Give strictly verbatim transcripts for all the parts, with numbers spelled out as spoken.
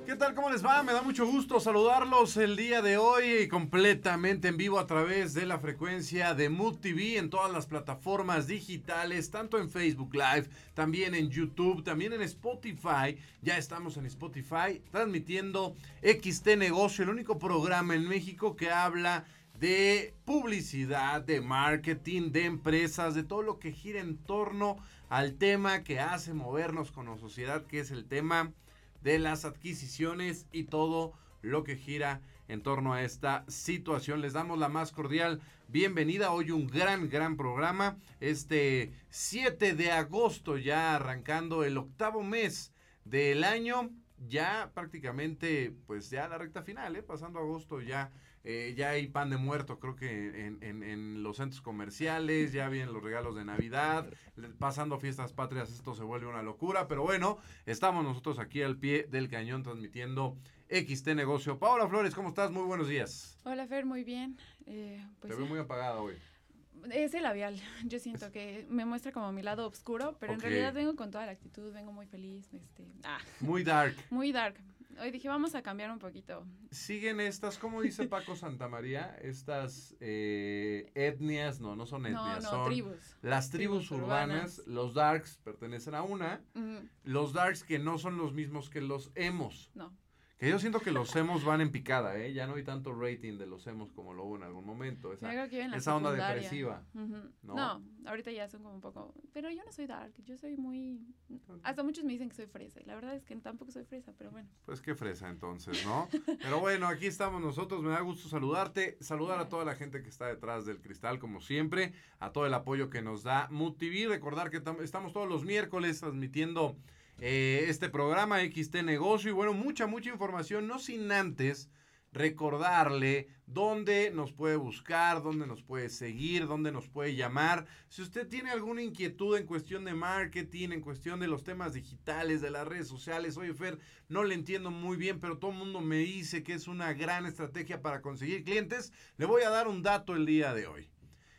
¿Qué tal? ¿Cómo les va? Me da mucho gusto saludarlos el día de hoy completamente en vivo a través de la frecuencia de Mood T V en todas las plataformas digitales, tanto en Facebook Live, también en YouTube, también en Spotify. Ya estamos en Spotify transmitiendo X T Negocio, el único programa en México que habla de publicidad, de marketing, de empresas, de todo lo que gira en torno al tema que hace movernos como sociedad, que es el tema de las adquisiciones y todo lo que gira en torno a esta situación. Les damos la más cordial bienvenida. Hoy un gran, gran programa. Este siete de agosto, ya arrancando el octavo mes del año. Ya prácticamente, pues ya la recta final, ¿eh? Pasando agosto ya, eh, ya hay pan de muerto, creo que en, en, en los centros comerciales, ya vienen los regalos de Navidad, pasando fiestas patrias, esto se vuelve una locura, pero bueno, estamos nosotros aquí al pie del cañón transmitiendo X T Negocio. Paola Flores, ¿cómo estás? Muy buenos días. Hola Fer, muy bien. Eh, pues Te veo muy apagada hoy. Es el labial, yo siento que me muestra como mi lado oscuro, pero okay. En realidad vengo con toda la actitud, vengo muy feliz. Este, ah, muy dark. Muy dark. Hoy dije, vamos a cambiar un poquito. Siguen estas, ¿cómo dice Paco Santamaría? Estas eh, etnias, no, no son etnias, no, no, son tribus. Las tribus, tribus urbanas, urbanas, los darks pertenecen a una, uh-huh. Los darks que no son los mismos que los emos. No. Que yo siento que los emos van en picada, ¿eh? Ya no hay tanto rating de los emos como lo hubo en algún momento. Esa, esa onda depresiva. Uh-huh. ¿no? no, ahorita ya son como un poco... Pero yo no soy dark, yo soy muy... Hasta muchos me dicen que soy fresa. Y la verdad es que tampoco soy fresa, pero bueno. Pues qué fresa entonces, ¿no? Pero bueno, aquí estamos nosotros. Me da gusto saludarte. Saludar a toda la gente que está detrás del cristal, como siempre. A todo el apoyo que nos da Mood T V. Recordar que tam- estamos todos los miércoles transmitiendo... Eh, este programa X T Negocio y bueno, mucha, mucha información, no sin antes recordarle dónde nos puede buscar, dónde nos puede seguir, dónde nos puede llamar. Si usted tiene alguna inquietud en cuestión de marketing, en cuestión de los temas digitales, de las redes sociales, oye Fer, no le entiendo muy bien, pero todo el mundo me dice que es una gran estrategia para conseguir clientes, le voy a dar un dato el día de hoy.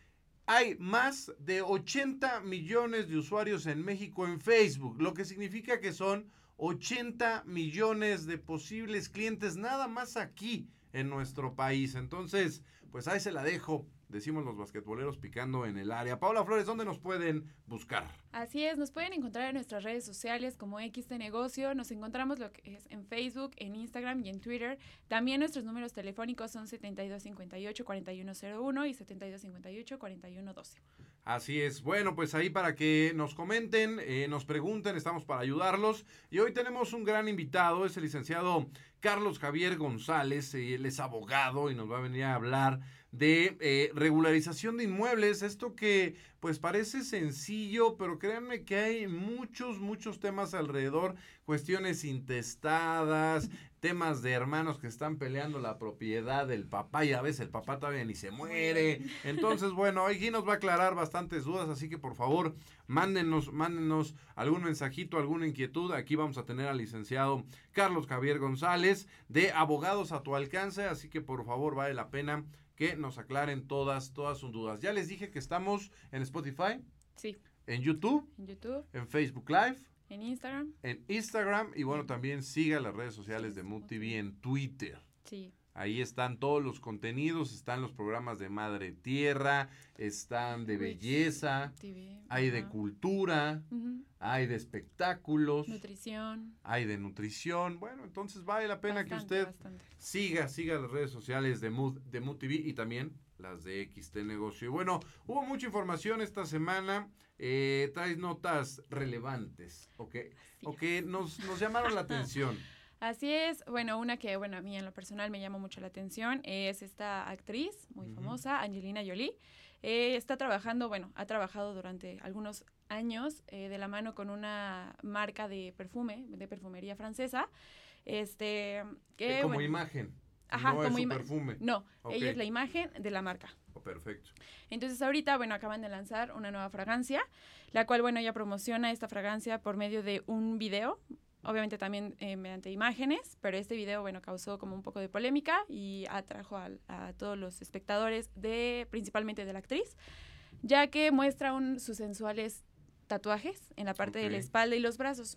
Hay más de ochenta millones de usuarios en México en Facebook, lo que significa que son ochenta millones de posibles clientes nada más aquí en nuestro país. Entonces, pues ahí se la dejo, decimos los basquetboleros picando en el área. Paola Flores, ¿dónde nos pueden buscar? Así es, nos pueden encontrar en nuestras redes sociales como X T Negocio, nos encontramos lo que es en Facebook, en Instagram y en Twitter. También nuestros números telefónicos son setenta y dos cincuenta y ocho, cuarenta y uno cero uno y setenta y dos cincuenta y ocho, cuarenta y uno doce. Así es, bueno, pues ahí para que nos comenten, eh, nos pregunten, estamos para ayudarlos. Y hoy tenemos un gran invitado, es el licenciado Carlos Javier González, eh, él es abogado y nos va a venir a hablar de eh, regularización de inmuebles, esto que pues parece sencillo, pero créanme que hay muchos, muchos temas alrededor, cuestiones intestadas, temas de hermanos que están peleando la propiedad del papá y a veces el papá todavía ni se muere. Entonces, bueno, aquí nos va a aclarar bastantes dudas, así que por favor, mándenos, mándenos algún mensajito, alguna inquietud. Aquí vamos a tener al licenciado Carlos Javier González de Abogados a tu Alcance, así que por favor vale la pena que nos aclaren todas, todas sus dudas. Ya les dije que estamos en Spotify. Sí. En YouTube. En YouTube. En Facebook Live. En Instagram. En Instagram. Y bueno, también siga las redes sociales de Mood T V en Twitter. Sí. Ahí están todos los contenidos, están los programas de Madre Tierra, están de belleza, T V, hay uh-huh. de cultura, uh-huh. hay de espectáculos, nutrición, hay de nutrición. Bueno, entonces vale la pena bastante, que usted bastante. siga, siga las redes sociales de Mood, de Mood T V y también las de X T Negocio. Y bueno, hubo mucha información esta semana, eh, traes notas relevantes, o que, o que nos, nos llamaron la atención. Así es, bueno, una que, bueno, a mí en lo personal me llama mucho la atención es esta actriz muy uh-huh. famosa, Angelina Jolie. Eh, está trabajando, bueno, ha trabajado durante algunos años eh, de la mano con una marca de perfume, de perfumería francesa. Este, que, como bueno, imagen. Ajá, no como es su ima- perfume. No, okay. Ella es la imagen de la marca. Oh, perfecto. Entonces ahorita, bueno, acaban de lanzar una nueva fragancia, la cual, bueno, ella promociona esta fragancia por medio de un video. Obviamente también eh, mediante imágenes, pero este video, bueno, causó como un poco de polémica y atrajo a, a todos los espectadores, de principalmente de la actriz, ya que muestra un, sus sensuales tatuajes en la parte okay. de la espalda y los brazos.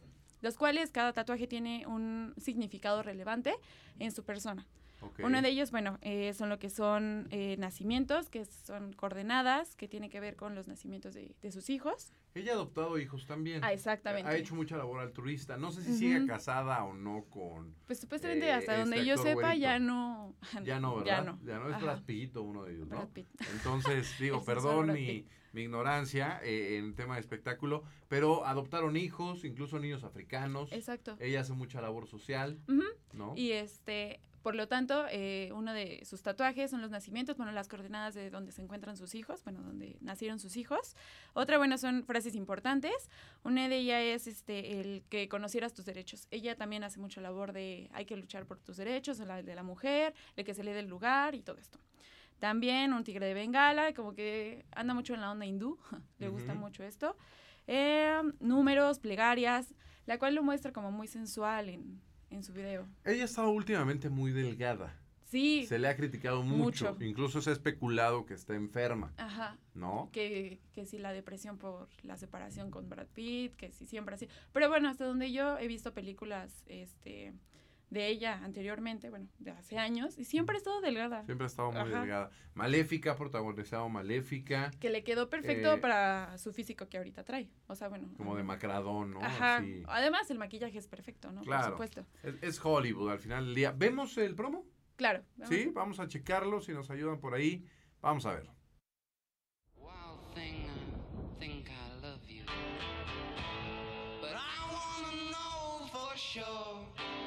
los cuales cada tatuaje tiene un significado relevante en su persona. Okay. Uno de ellos, bueno, eh, son lo que son eh, nacimientos, que son coordenadas, que tiene que ver con los nacimientos de, de sus hijos. Ella ha adoptado hijos también. Ah, exactamente. Ha hecho mucha labor altruista. No sé si Uh-huh. sigue casada o no con... Pues supuestamente eh, hasta donde este yo actor sepa güerito. ya no... Ya no, ¿verdad? Ya no. Ya no, es Ajá. Brad Pitt o uno de ellos, ¿no? Brad Pitt. Entonces, digo, Es perdón Brad mi, Pitt. mi ignorancia eh, en tema de espectáculo, pero adoptaron hijos, incluso niños africanos. Exacto. Ella hace mucha labor social, Uh-huh. ¿no? Y este, por lo tanto, eh, uno de sus tatuajes son los nacimientos, bueno, las coordenadas de donde se encuentran sus hijos, bueno, donde nacieron sus hijos. Otra, bueno, son frases importantes. Una de ellas es este, el que conocieras tus derechos. Ella también hace mucha labor de hay que luchar por tus derechos, el de la mujer, el que se le dé el lugar y todo esto. También un tigre de Bengala, como que anda mucho en la onda hindú, le Uh-huh. gusta mucho esto. Eh, números, plegarias, la cual lo muestra como muy sensual en, en su video. Ella ha estado últimamente muy delgada. Sí. Se le ha criticado mucho. Mucho. Incluso se ha especulado que está enferma, Ajá. ¿no? Que, que si la depresión por la separación con Brad Pitt, que si siempre así. Pero bueno, hasta donde yo he visto películas este, de ella anteriormente, bueno, de hace años, y siempre ha estado delgada. Siempre ha estado muy Ajá. delgada. Maléfica, protagonizado Maléfica, Que le quedó perfecto Eh, para su físico que ahorita trae. O sea, bueno. como de macradón, ¿no? Ajá. Así. Además, el maquillaje es perfecto, ¿no? Claro. Por supuesto. Es, es Hollywood al final del día. ¿Vemos el promo? Claro. Sí, vamos a checarlo, si nos ayudan por ahí. Vamos a ver. Wild thing, I think I love you. But I wanna know for sure.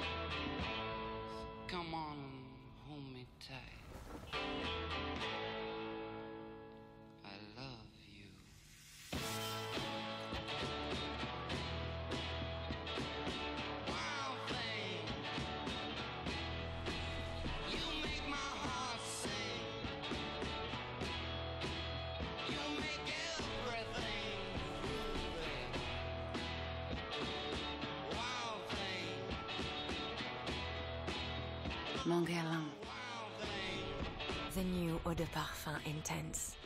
So come on and hold me tight. I love you. Wild thing, you make my heart sing. You make everything groovy. Wild thing, Mon Guerlain, wild thing. the new eau de parfum intense.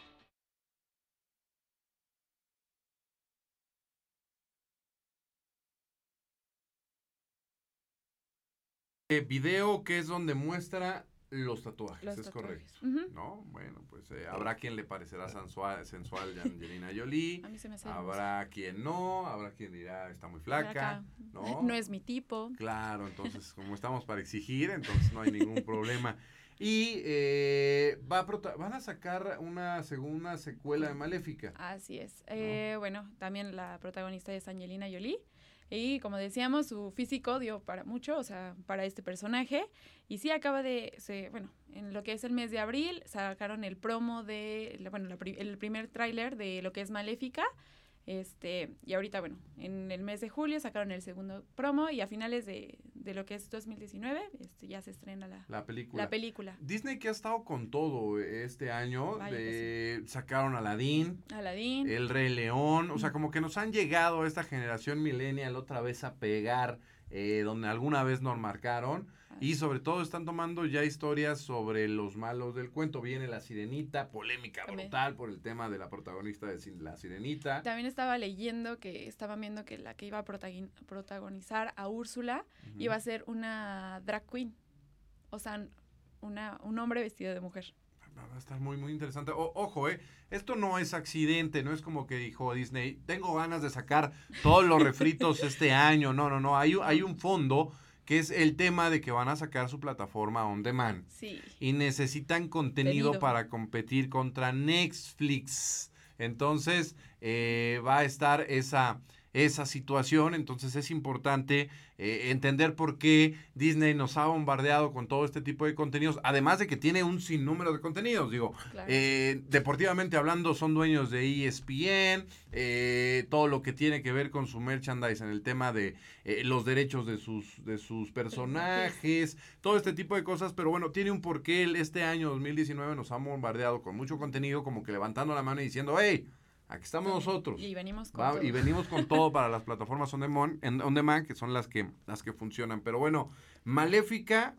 Eh, video que es donde muestra los tatuajes, Los es tatuajes. correcto. Ujú. ¿No? Bueno, pues eh, habrá quien le parecerá sensual, sensual de Angelina Jolie. A mí se me hace Habrá quien no, habrá quien dirá está muy hermosa. flaca, Acá. ¿no? No es mi tipo. Claro, entonces como estamos para exigir, entonces no hay ningún problema. Y eh, va a prota- van a sacar una segunda secuela de Maléfica. Así es. Eh, bueno, también la protagonista es Angelina Jolie. Y como decíamos, su físico dio para mucho, o sea, para este personaje. Y sí acaba de, se, bueno, en lo que es el mes de abril, sacaron el promo de, la- bueno, la pri- el primer tráiler de lo que es Maléfica. Este, y ahorita, bueno, en el mes de julio sacaron el segundo promo y a finales de, de lo que es dos mil diecinueve, este, ya se estrena la, La película. la película. Disney que ha estado con todo este año, Vaya de, sacaron Aladdin, Aladdin. El Rey León, o sea, como que nos han llegado a esta generación millennial otra vez a pegar eh, donde alguna vez nos marcaron. Y sobre todo están tomando ya historias sobre los malos del cuento. Viene La Sirenita, polémica También. brutal por el tema de la protagonista de Sin- La Sirenita. También estaba leyendo que estaban viendo que la que iba a protagin- protagonizar a Úrsula Ujú. iba a ser una drag queen. O sea, una, un hombre vestido de mujer. Va a estar muy, muy interesante. O- ojo, eh, esto no es accidente, no es como que dijo Disney, tengo ganas de sacar todos los refritos este año. No, no, no, hay, un- hay un fondo que es el tema de que van a sacar su plataforma on demand. Sí. Y necesitan contenido Tenido. para competir contra Netflix. Entonces, eh, va a estar esa, esa situación. Entonces, es importante eh, entender por qué Disney nos ha bombardeado con todo este tipo de contenidos. Además de que tiene un sinnúmero de contenidos. Digo, Claro. eh, deportivamente hablando, son dueños de E S P N, eh, todo lo que tiene que ver con su merchandise en el tema de eh, los derechos de sus, de sus personajes, todo este tipo de cosas, pero bueno, tiene un porqué. El- Este año dos mil diecinueve nos han bombardeado con mucho contenido, como que levantando la mano y diciendo, hey, aquí estamos nosotros. Y venimos con Va, todo. y venimos con todo para las plataformas on demand, en- on demand, que son las que, las que funcionan. Pero bueno, Maléfica,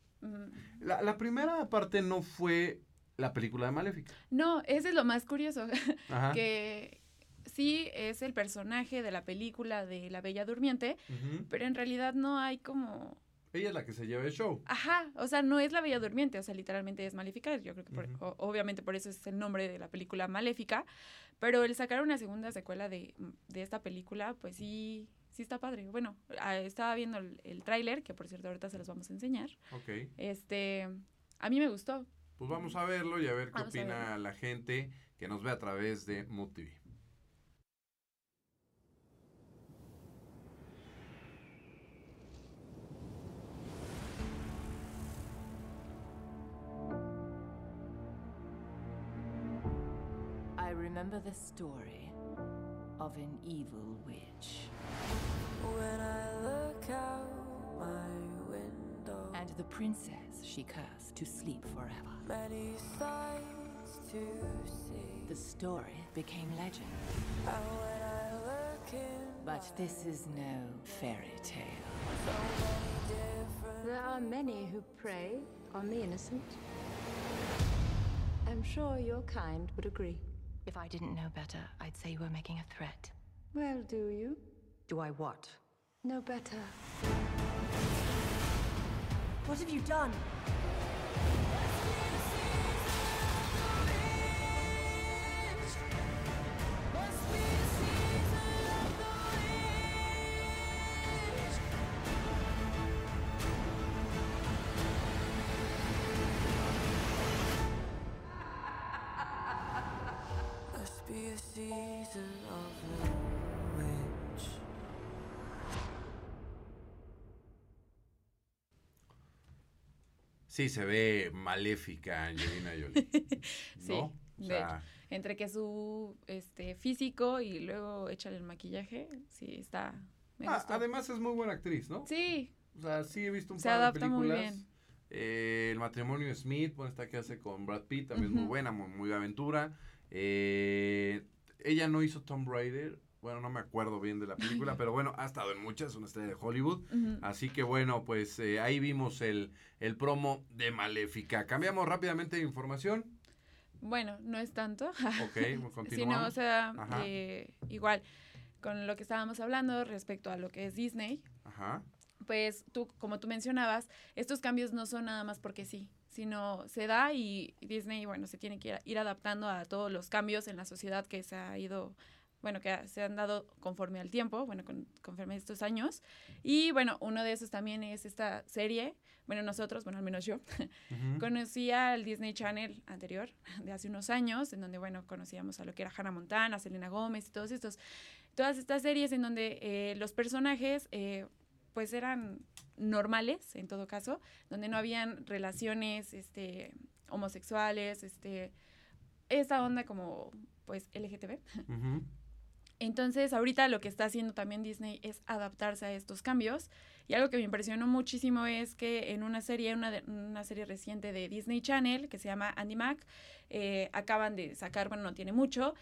Mm, la, la primera parte no fue la película de Maléfica. No, ese es lo más curioso. Ajá. que sí es el personaje de la película de La Bella Durmiente, Uh-huh. pero en realidad no hay como... Ella es la que se lleva el show. Ajá, o sea, no es La Bella Durmiente, o sea, literalmente es Maléfica, yo creo que por- Ujú. o- obviamente por eso es el nombre de la película Maléfica, pero el sacar una segunda secuela de, de esta película, pues sí, sí está padre. Bueno, ah, estaba viendo el, el tráiler, que por cierto ahorita se los vamos a enseñar. Ok. Este, a mí me gustó. Pues vamos a verlo y a ver qué Vamos a opina verlo. la gente que nos ve a través de Mood T V. I remember the story of an evil witch. When I look out my window, And the princess she cursed to sleep forever. many sights to see. The story became legend. And when I look in But this is no fairy tale. so many different There are many who prey on the innocent. I'm sure your kind would agree. If I didn't know better, I'd say you were making a threat. Well, do you? Do I what? No better. What have you done? must be a season of the witch. Sí, se ve maléfica Angelina Jolie. Sí, ¿No? O de sea, Entre que su este físico y luego échale el maquillaje, sí, está... Me ah, gustó. además es muy buena actriz, ¿no? Sí, O sea, sí he visto un Se par de adapta muy películas. bien. Eh, el matrimonio Smith, bueno, esta que hace con Brad Pitt, también muy Ujú. buena, muy, muy de aventura. Eh, ella no hizo Tomb Raider, bueno, no me acuerdo bien de la película, pero bueno, ha estado en muchas, es una estrella de Hollywood. ujú. Así que bueno, pues eh, ahí vimos el, el promo de Maléfica. Cambiamos rápidamente de información. Bueno, no es tanto. Ok, continuamos. Sino, o sea, Ajá. eh, igual, con lo que estábamos hablando respecto a lo que es Disney, Ajá. pues tú, como tú mencionabas, estos cambios no son nada más porque sí, sino se da y Disney, bueno, se tiene que ir, ir adaptando a todos los cambios en la sociedad que se ha ido, bueno, que ha- se han dado conforme al tiempo, bueno, con, conforme a estos años. Y bueno, uno de esos también es esta serie, bueno, nosotros, bueno, al menos yo, Ujú. conocía el Disney Channel anterior, de hace unos años, en donde, bueno, conocíamos a lo que era Hannah Montana, Selena Gómez y todos estos, todas estas series en donde eh, los personajes, eh, pues, eran normales, en todo caso, donde no habían relaciones, este, homosexuales, este, esta onda como, pues, L G T B. Ujú. Entonces, ahorita lo que está haciendo también Disney es adaptarse a estos cambios. Y algo que me impresionó muchísimo es que en una serie, una, de- una serie reciente de Disney Channel, que se llama Andy Mac, eh, acaban de sacar, bueno, no tiene mucho,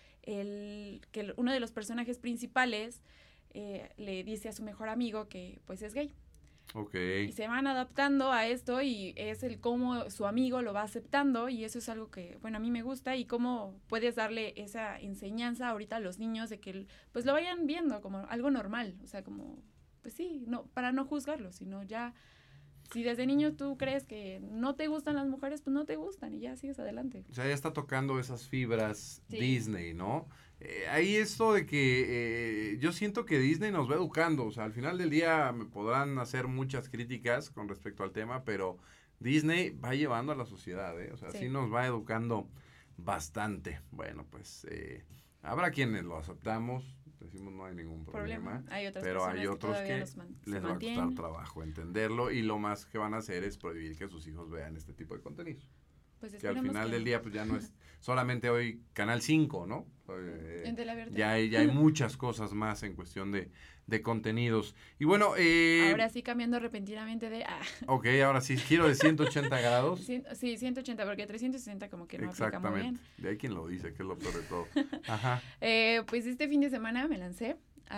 el, que el- uno de los personajes principales eh, le dice a su mejor amigo que pues es gay. Ok. Y se van adaptando a esto y es el cómo su amigo lo va aceptando y eso es algo que, bueno, a mí me gusta y cómo puedes darle esa enseñanza ahorita a los niños de que pues lo vayan viendo como algo normal, o sea, como, pues sí, no, para no juzgarlo, sino ya, si desde niño tú crees que no te gustan las mujeres, pues no te gustan y ya sigues adelante. O sea, ya está tocando esas fibras Sí. Disney, ¿no? Eh, ahí esto de que eh, yo siento que Disney nos va educando, o sea, al final del día me podrán hacer muchas críticas con respecto al tema, pero Disney va llevando a la sociedad, ¿eh? O sea, sí, Sí. nos va educando bastante. Bueno, pues eh, habrá quienes lo aceptamos, decimos no hay ningún problema, Problema. Hay otras pero hay personas que otros todavía que los man- se les va a costar mantienen. trabajo entenderlo y lo más que van a hacer es prohibir que sus hijos vean este tipo de contenido. Pues Que al esperemos final que del día pues ya no es solamente hoy Canal cinco, ¿no? Eh, en tele abierta. ya hay, ya hay muchas cosas más en cuestión de, de contenidos. Y bueno, eh, Ahora sí cambiando repentinamente de... Ah, ok, ahora sí, giro de ciento ochenta grados. cien- sí, ciento ochenta, porque trescientos sesenta como que no aplica muy bien. Exactamente. De ahí quien lo dice, que es lo peor de todo. Ajá. Eh, pues este fin de semana me lancé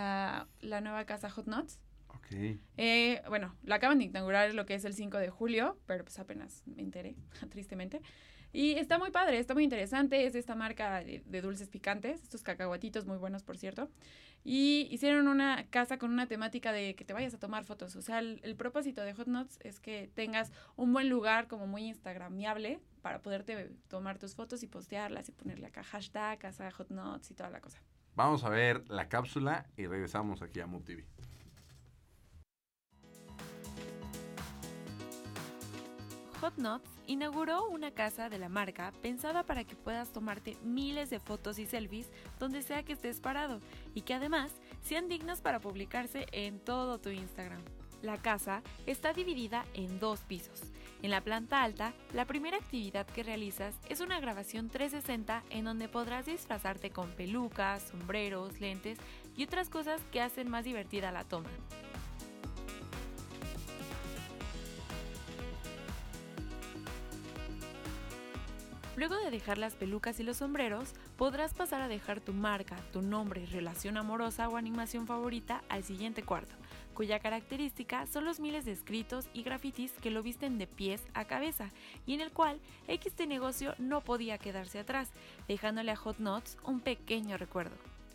a la nueva casa Hot Nuts. Ok. Eh, bueno, la acaban de inaugurar lo que es el cinco de julio, pero pues apenas me enteré, tristemente. Y está muy padre, está muy interesante. Es de esta marca de, de dulces picantes, estos cacahuatitos muy buenos, por cierto. Y hicieron una casa con una temática de que te vayas a tomar fotos. O sea, el, el propósito de Hot Nuts es que tengas un buen lugar como muy instagramiable para poderte tomar tus fotos y postearlas y ponerle acá hashtag, casa Hot Nuts y toda la cosa. Vamos a ver la cápsula y regresamos aquí a Mood T V. Hot Nuts inauguró una casa de la marca pensada para que puedas tomarte miles de fotos y selfies donde sea que estés parado y que además sean dignas para publicarse en todo tu Instagram. La casa está dividida en dos pisos. En la planta alta, la primera actividad que realizas es una grabación trescientos sesenta en donde podrás disfrazarte con pelucas, sombreros, lentes y otras cosas que hacen más divertida la toma. Luego de dejar las pelucas y los sombreros, podrás pasar a dejar tu marca, tu nombre, relación amorosa o animación favorita al siguiente cuarto, cuya característica son los miles de escritos y grafitis que lo visten de pies a cabeza, y en el cual X T Negocio no podía quedarse atrás, dejándole a Hot Nuts un pequeño recuerdo.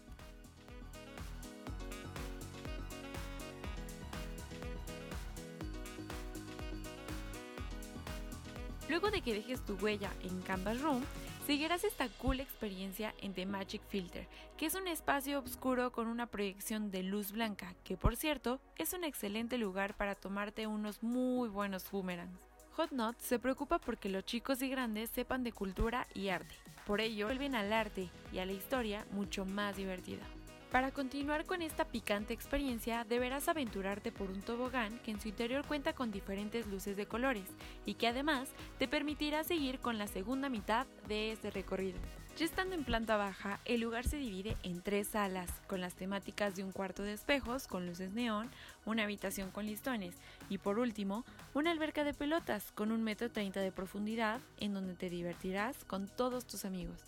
Luego de que dejes tu huella en Canvas Room, seguirás esta cool experiencia en The Magic Filter, que es un espacio oscuro con una proyección de luz blanca, que por cierto, es un excelente lugar para tomarte unos muy buenos boomerangs. Hot Nuts se preocupa porque los chicos y grandes sepan de cultura y arte. Por ello, vuelven al arte y a la historia mucho más divertida. Para continuar con esta picante experiencia, deberás aventurarte por un tobogán que en su interior cuenta con diferentes luces de colores y que además te permitirá seguir con la segunda mitad de este recorrido. Ya estando en planta baja, el lugar se divide en tres salas, con las temáticas de un cuarto de espejos con luces neón, una habitación con listones y por último, una alberca de pelotas con un metro treinta de profundidad en donde te divertirás con todos tus amigos.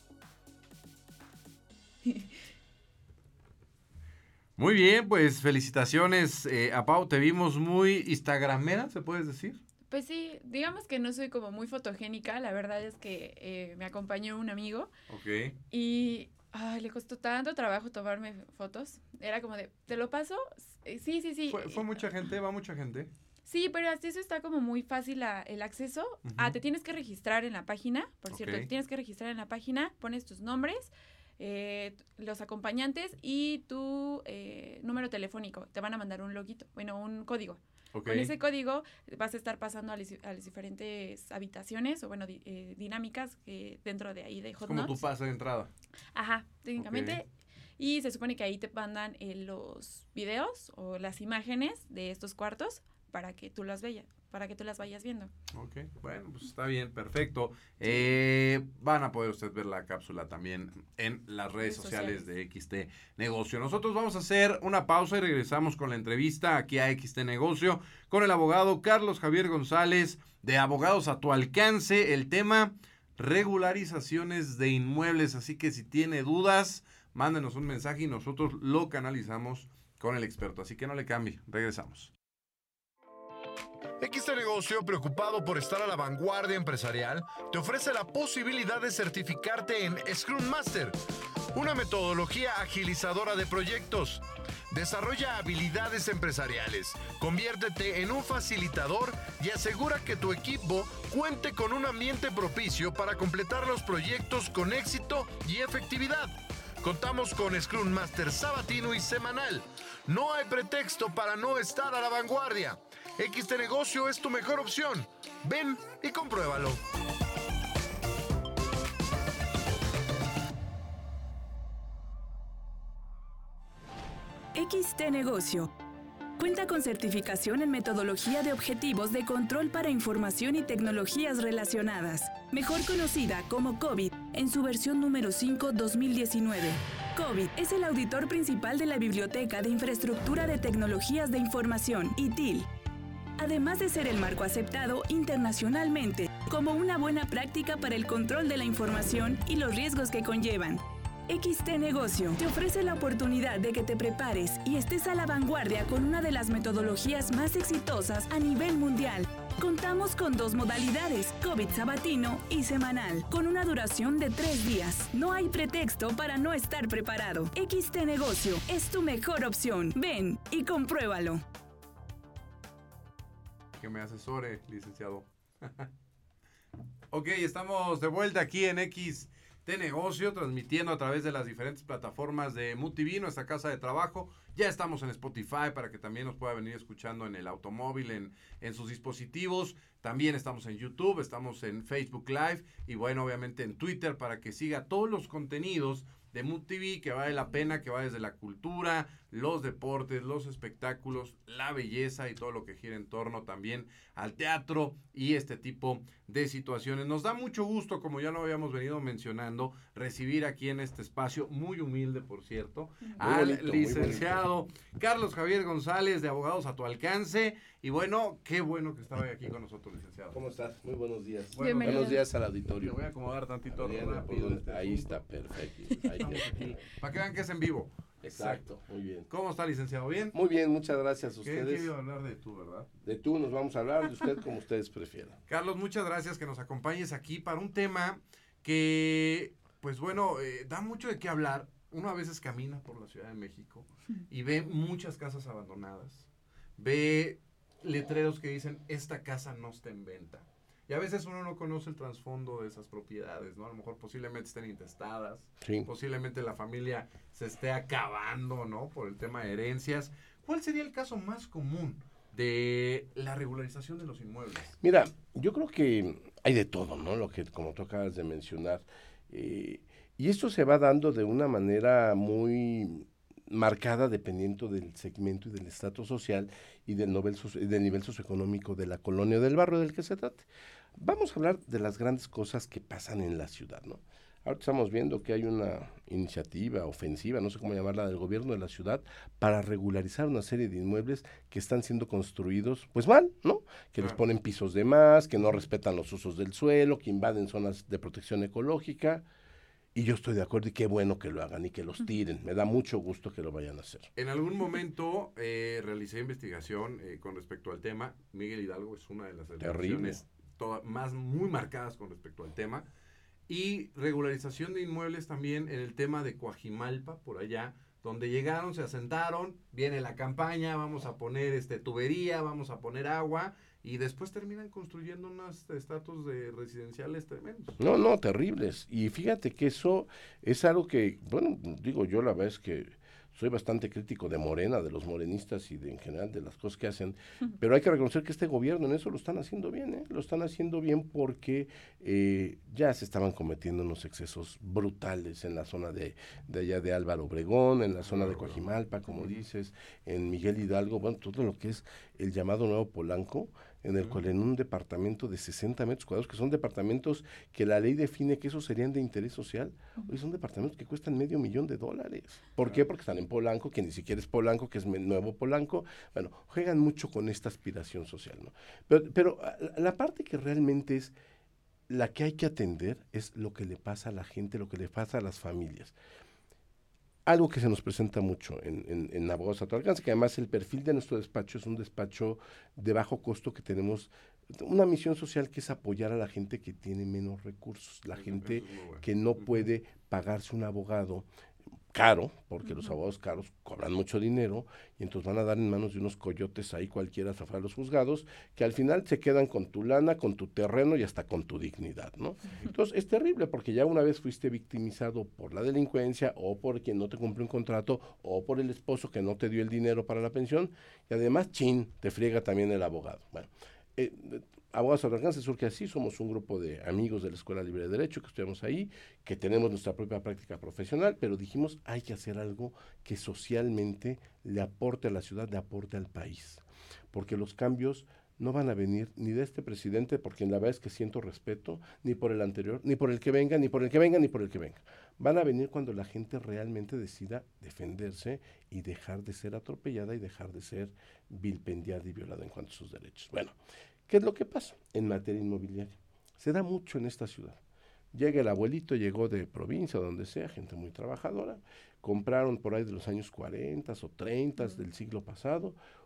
Muy bien, pues felicitaciones eh, a Pau, te vimos muy instagramera, ¿se puedes decir? Pues sí, digamos que no soy como muy fotogénica, la verdad es que eh, me acompañó un amigo. Ok. Y ay, le costó tanto trabajo tomarme fotos, era como de, ¿te lo paso? Sí, sí, sí. ¿Fue, fue mucha gente? ¿Va mucha gente? Sí, pero hasta eso está como muy fácil la, el acceso. Uh-huh. Ah, te tienes que registrar en la página, por cierto, Okay. te tienes que registrar en la página, pones tus nombres, Eh, los acompañantes y tu eh, número telefónico. Te van a mandar un loguito, bueno, un código. Okay. Con ese código vas a estar pasando a, les, a las diferentes habitaciones o, bueno, di, eh, dinámicas eh, dentro de ahí de Hot Como Nuts. tu pase de entrada. Ajá, técnicamente. Okay. Y se supone que ahí te mandan eh, los videos o las imágenes de estos cuartos para que tú las veas, para que tú las vayas viendo. Ok, bueno, pues está bien, perfecto. Eh, van a poder ustedes ver la cápsula también en las redes, redes sociales, sociales de X T Negocio. Nosotros vamos a hacer una pausa y regresamos con la entrevista aquí a X T Negocio con el abogado Carlos Javier González de Abogados a tu Alcance. El tema, regularizaciones de inmuebles. Así que si tiene dudas, mándenos un mensaje y nosotros lo canalizamos con el experto. Así que no le cambie, regresamos. X T Negocio, preocupado por estar a la vanguardia empresarial, te ofrece la posibilidad de certificarte en Scrum Master, una metodología agilizadora de proyectos. Desarrolla habilidades empresariales, conviértete en un facilitador y asegura que tu equipo cuente con un ambiente propicio para completar los proyectos con éxito y efectividad. Contamos con Scrum Master sabatino y semanal. No hay pretexto para no estar a la vanguardia. X T Negocio es tu mejor opción. Ven y compruébalo. X T Negocio cuenta con certificación en metodología de objetivos de control para información y tecnologías relacionadas, mejor conocida como COVID, en su versión número cinco dos mil diecinueve. COVID es el auditor principal de la Biblioteca de Infraestructura de Tecnologías de Información, I T I L, además de ser el marco aceptado internacionalmente como una buena práctica para el control de la información y los riesgos que conllevan. X T Negocio te ofrece la oportunidad de que te prepares y estés a la vanguardia con una de las metodologías más exitosas a nivel mundial. Contamos con dos modalidades, COVID sabatino y semanal, con una duración de tres días. No hay pretexto para no estar preparado. X T Negocio es tu mejor opción. Ven y compruébalo. Que me asesore, licenciado. Ok, estamos de vuelta aquí en X T Negocio, transmitiendo a través de las diferentes plataformas de MUTV, nuestra casa de trabajo. Ya estamos en Spotify para que también nos pueda venir escuchando en el automóvil, en, en sus dispositivos. También estamos en YouTube, estamos en Facebook Live y bueno, obviamente en Twitter para que siga todos los contenidos de MUTV que vale la pena, que va desde la cultura, los deportes, los espectáculos, la belleza y todo lo que gira en torno también al teatro y este tipo de situaciones. Nos da mucho gusto, como ya lo habíamos venido mencionando, recibir aquí en este espacio, muy humilde por cierto, muy al bonito, licenciado Carlos Javier González de Abogados a tu Alcance. Y bueno, qué bueno que estaba aquí con nosotros, licenciado. ¿Cómo estás? Muy buenos días. Bueno, buenos días al auditorio. Le voy a acomodar tantito Adriana, rápido. este ahí asunto. Está, perfecto. Ahí aquí, para que vean que es en vivo. Exacto, muy bien. ¿Cómo está, licenciado? ¿Bien? Muy bien, muchas gracias a ustedes. ¿Qué iba a hablar de tú, verdad? De tú nos vamos a hablar, de usted como ustedes prefieran. Carlos, muchas gracias que nos acompañes aquí para un tema que, pues bueno, eh, da mucho de qué hablar. Uno a veces camina por la Ciudad de México y ve muchas casas abandonadas, ve letreros que dicen, esta casa no está en venta. Y a veces uno no conoce el trasfondo de esas propiedades, ¿no? A lo mejor posiblemente estén intestadas, sí. Posiblemente la familia se esté acabando, ¿no? Por el tema de herencias. ¿Cuál sería el caso más común de la regularización de los inmuebles? Mira, yo creo que hay de todo, ¿no? Lo que, como tú acabas de mencionar. Eh, y esto se va dando de una manera muy marcada dependiendo del segmento y del estrato social y del nivel, del nivel socioeconómico de la colonia o del barrio del que se trate. Vamos a hablar de las grandes cosas que pasan en la ciudad, ¿no? Ahora estamos viendo que hay una iniciativa ofensiva, no sé cómo llamarla, del gobierno de la ciudad para regularizar una serie de inmuebles que están siendo construidos, pues mal, ¿no? Que les ponen pisos de más, que no respetan los usos del suelo, que invaden zonas de protección ecológica. Y yo estoy de acuerdo y qué bueno que lo hagan y que los tiren. Me da mucho gusto que lo vayan a hacer. En algún momento eh, realicé investigación eh, con respecto al tema. Miguel Hidalgo es una de las regiones más muy marcadas con respecto al tema. Y regularización de inmuebles también en el tema de Coajimalpa, por allá, donde llegaron, se asentaron, viene la campaña, vamos a poner este tubería, vamos a poner agua, y después terminan construyendo unos estratos de residenciales tremendos. No, no, terribles. Y fíjate que eso es algo que, bueno, digo yo la verdad es que soy bastante crítico de Morena, de los morenistas y de en general de las cosas que hacen, pero hay que reconocer que este gobierno en eso lo están haciendo bien, ¿eh? Lo están haciendo bien porque eh, ya se estaban cometiendo unos excesos brutales en la zona de, de allá de Álvaro Obregón, en la zona de Coajimalpa, como dices, en Miguel Hidalgo, bueno, todo lo que es el llamado Nuevo Polanco, en el cual en un departamento de sesenta metros cuadrados, que son departamentos que la ley define que esos serían de interés social, hoy son departamentos que cuestan medio millón de dólares. ¿Por qué? Porque están en Polanco, que ni siquiera es Polanco, que es Nuevo Polanco. Bueno, juegan mucho con esta aspiración social, ¿no? Pero, pero la parte que realmente es la que hay que atender es lo que le pasa a la gente, lo que le pasa a las familias. Algo que se nos presenta mucho en, en, en Abogados a tu Alcance, que además el perfil de nuestro despacho es un despacho de bajo costo, que tenemos una misión social que es apoyar a la gente que tiene menos recursos, la gente que no puede pagarse un abogado caro, porque los abogados caros cobran mucho dinero y entonces van a dar en manos de unos coyotes ahí cualquiera a los juzgados, que al final se quedan con tu lana, con tu terreno y hasta con tu dignidad, ¿no? Entonces es terrible porque ya una vez fuiste victimizado por la delincuencia o por quien no te cumplió un contrato o por el esposo que no te dio el dinero para la pensión y además, chin, te friega también el abogado. Bueno, eh, Abogados a tu Alcance surge así, somos un grupo de amigos de la Escuela Libre de Derecho que estudiamos ahí, que tenemos nuestra propia práctica profesional, pero dijimos hay que hacer algo que socialmente le aporte a la ciudad, le aporte al país, porque los cambios no van a venir ni de este presidente, porque la verdad es que siento respeto, ni por el anterior, ni por el que venga, ni por el que venga, ni por el que venga. Van a venir cuando la gente realmente decida defenderse y dejar de ser atropellada y dejar de ser vilpendiada y violada en cuanto a sus derechos. Bueno, ¿qué es lo que pasa en materia inmobiliaria? Se da mucho en esta ciudad. Llega el abuelito, llegó de provincia, donde sea, gente muy trabajadora, compraron por ahí de los años cuarenta o treinta del siglo pasado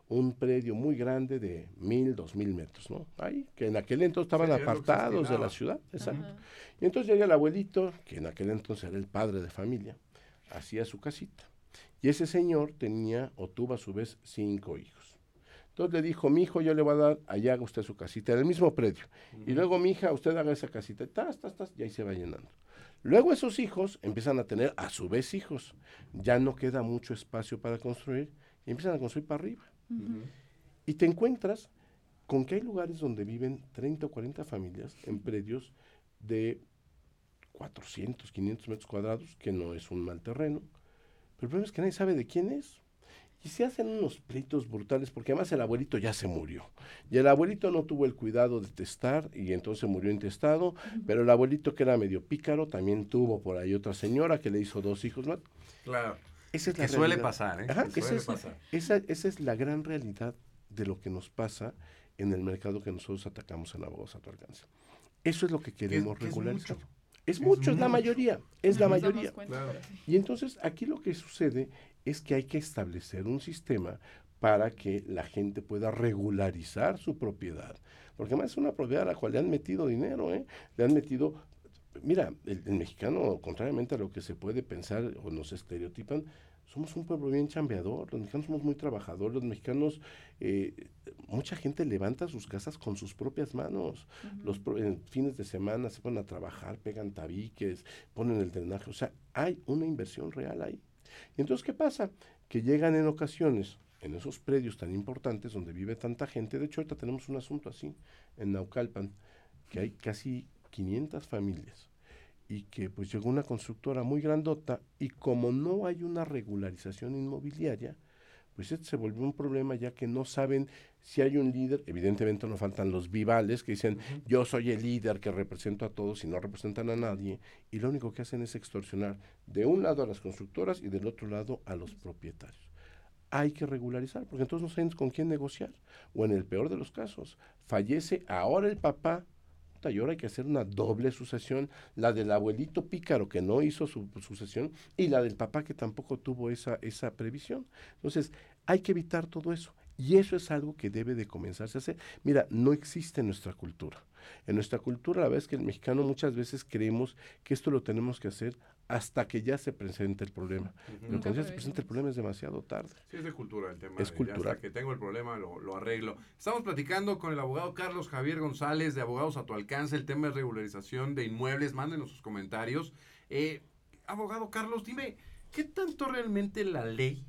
un predio muy grande de mil, dos mil metros, ¿no? Ahí, que en aquel entonces estaban Sí, es lo que se apartados de estilaba. la ciudad, exacto. Ajá. Y entonces llega el abuelito, que en aquel entonces era el padre de familia, hacía su casita. Y ese señor tenía, o tuvo a su vez, cinco hijos. Entonces le dijo, mi hijo, yo le voy a dar, allá haga usted su casita, en el mismo predio. Uh-huh. Y luego, mi hija, usted haga esa casita, tas, tas, tas, y ahí se va llenando. Luego esos hijos empiezan a tener, a su vez, hijos. Ya no queda mucho espacio para construir, y empiezan a construir para arriba. Uh-huh. Y te encuentras con que hay lugares donde viven treinta o cuarenta familias en predios de cuatrocientos, quinientos metros cuadrados, que no es un mal terreno. Pero el problema es que nadie sabe de quién es. Y se hacen unos pleitos brutales, porque además el abuelito ya se murió. Y el abuelito no tuvo el cuidado de testar, y entonces murió intestado, uh-huh. Pero el abuelito, que era medio pícaro, también tuvo por ahí otra señora que le hizo dos hijos más. Claro. Esa es la que suele realidad. pasar, ¿eh? Ajá, que esa, suele es, pasar. Esa, esa es la gran realidad de lo que nos pasa en el mercado que nosotros atacamos en Abogados a tu alcance. Eso es lo que queremos ¿Qué, regularizar. qué es mucho? Es mucho, es, es la mucho. mayoría, es la mayoría. Claro. Y entonces aquí lo que sucede es que hay que establecer un sistema para que la gente pueda regularizar su propiedad. Porque además es una propiedad a la cual le han metido dinero, ¿eh? Le han metido... Mira, el, el mexicano, contrariamente a lo que se puede pensar o nos estereotipan, somos un pueblo bien chambeador, los mexicanos somos muy trabajadores, los mexicanos, eh, mucha gente levanta sus casas con sus propias manos, uh-huh. Los pro, en fines de semana se ponen a trabajar, pegan tabiques, ponen el drenaje, o sea, hay una inversión real ahí. Y entonces, ¿qué pasa? Que llegan en ocasiones, en esos predios tan importantes donde vive tanta gente, de hecho ahorita tenemos un asunto así, en Naucalpan, que hay casi quinientas familias, y que pues llegó una constructora muy grandota, y como no hay una regularización inmobiliaria, pues este se volvió un problema, ya que no saben si hay un líder. Evidentemente no faltan los vivales que dicen, uh-huh. Yo soy el líder que represento a todos, y no representan a nadie, y lo único que hacen es extorsionar de un lado a las constructoras y del otro lado a los propietarios. Hay que regularizar, porque entonces no saben con quién negociar, o en el peor de los casos, fallece ahora el papá, y ahora hay que hacer una doble sucesión, la del abuelito pícaro que no hizo su sucesión, y la del papá que tampoco tuvo esa, esa previsión. Entonces, hay que evitar todo eso, y eso es algo que debe de comenzarse a hacer. Mira, no existe en nuestra cultura. En nuestra cultura, la verdad es que el mexicano muchas veces creemos que esto lo tenemos que hacer hasta que ya se presente el problema. Uh-huh. Pero cuando ya se presenta el problema es demasiado tarde. Sí, es de cultura el tema. Es de, cultural. Hasta que tengo el problema lo, lo arreglo. Estamos platicando con el abogado Carlos Javier González de Abogados a tu alcance, el tema de regularización de inmuebles. Mándenos sus comentarios. Eh, abogado Carlos, dime, ¿qué tanto realmente la ley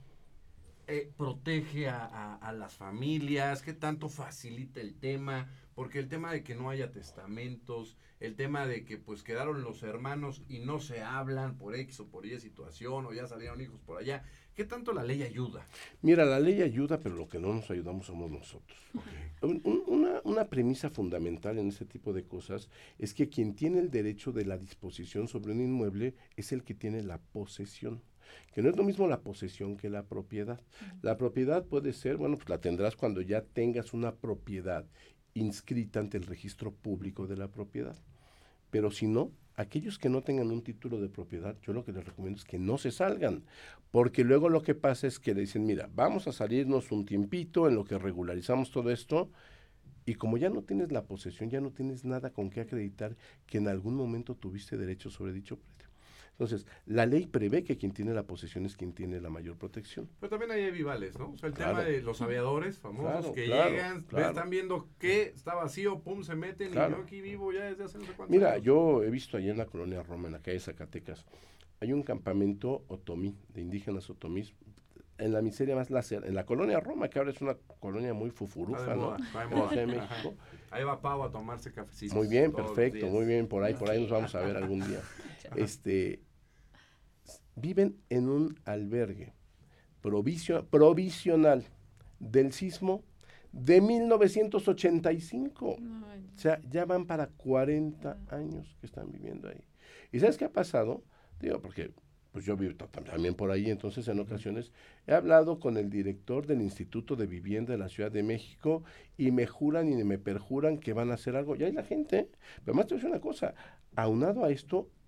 eh, protege a, a, a las familias? ¿Qué tanto facilita el tema? Porque el tema de que no haya testamentos, el tema de que pues quedaron los hermanos y no se hablan por X o por Y situación, o ya salieron hijos por allá, ¿qué tanto la ley ayuda? Mira, la ley ayuda, pero lo que no nos ayudamos somos nosotros. Okay. Un, una, una premisa fundamental en este tipo de cosas es que quien tiene el derecho de la disposición sobre un inmueble es el que tiene la posesión. Que no es lo mismo la posesión que la propiedad. Uh-huh. La propiedad puede ser, bueno, pues la tendrás cuando ya tengas una propiedad inscrita ante el registro público de la propiedad. Pero si no, aquellos que no tengan un título de propiedad, yo lo que les recomiendo es que no se salgan, porque luego lo que pasa es que le dicen, mira, vamos a salirnos un tiempito en lo que regularizamos todo esto, y como ya no tienes la posesión, ya no tienes nada con qué acreditar que en algún momento tuviste derecho sobre dicho predio. Entonces, la ley prevé que quien tiene la posesión es quien tiene la mayor protección. Pero también hay vivales, ¿no? O sea, el claro. tema de los aviadores famosos claro, que claro, llegan, claro. están viendo que está vacío, pum, se meten, claro. Y yo aquí vivo ya desde hace no sé cuántos Mira, años. yo he visto allá en la colonia Roma, en la calle Zacatecas, hay un campamento otomí, de indígenas otomís, en la miseria más láser, en la colonia Roma, que ahora es una colonia muy fufurufa, ¿no? De México. Ahí va Pau a tomarse cafecitos. Muy bien, perfecto, muy bien, por ahí, por ahí nos vamos a ver algún día. Este, viven en un albergue provisio, provisional del sismo de mil novecientos ochenta y cinco. No, o sea, ya van para cuarenta años que están viviendo ahí. ¿Y sabes qué ha pasado? Digo, porque pues yo vivo también por ahí, entonces en ocasiones he hablado con el director del Instituto de Vivienda de la Ciudad de México y me juran y me perjuran que van a hacer algo. Y ahí la gente, pero más te voy a decir una cosa, aunado a esto,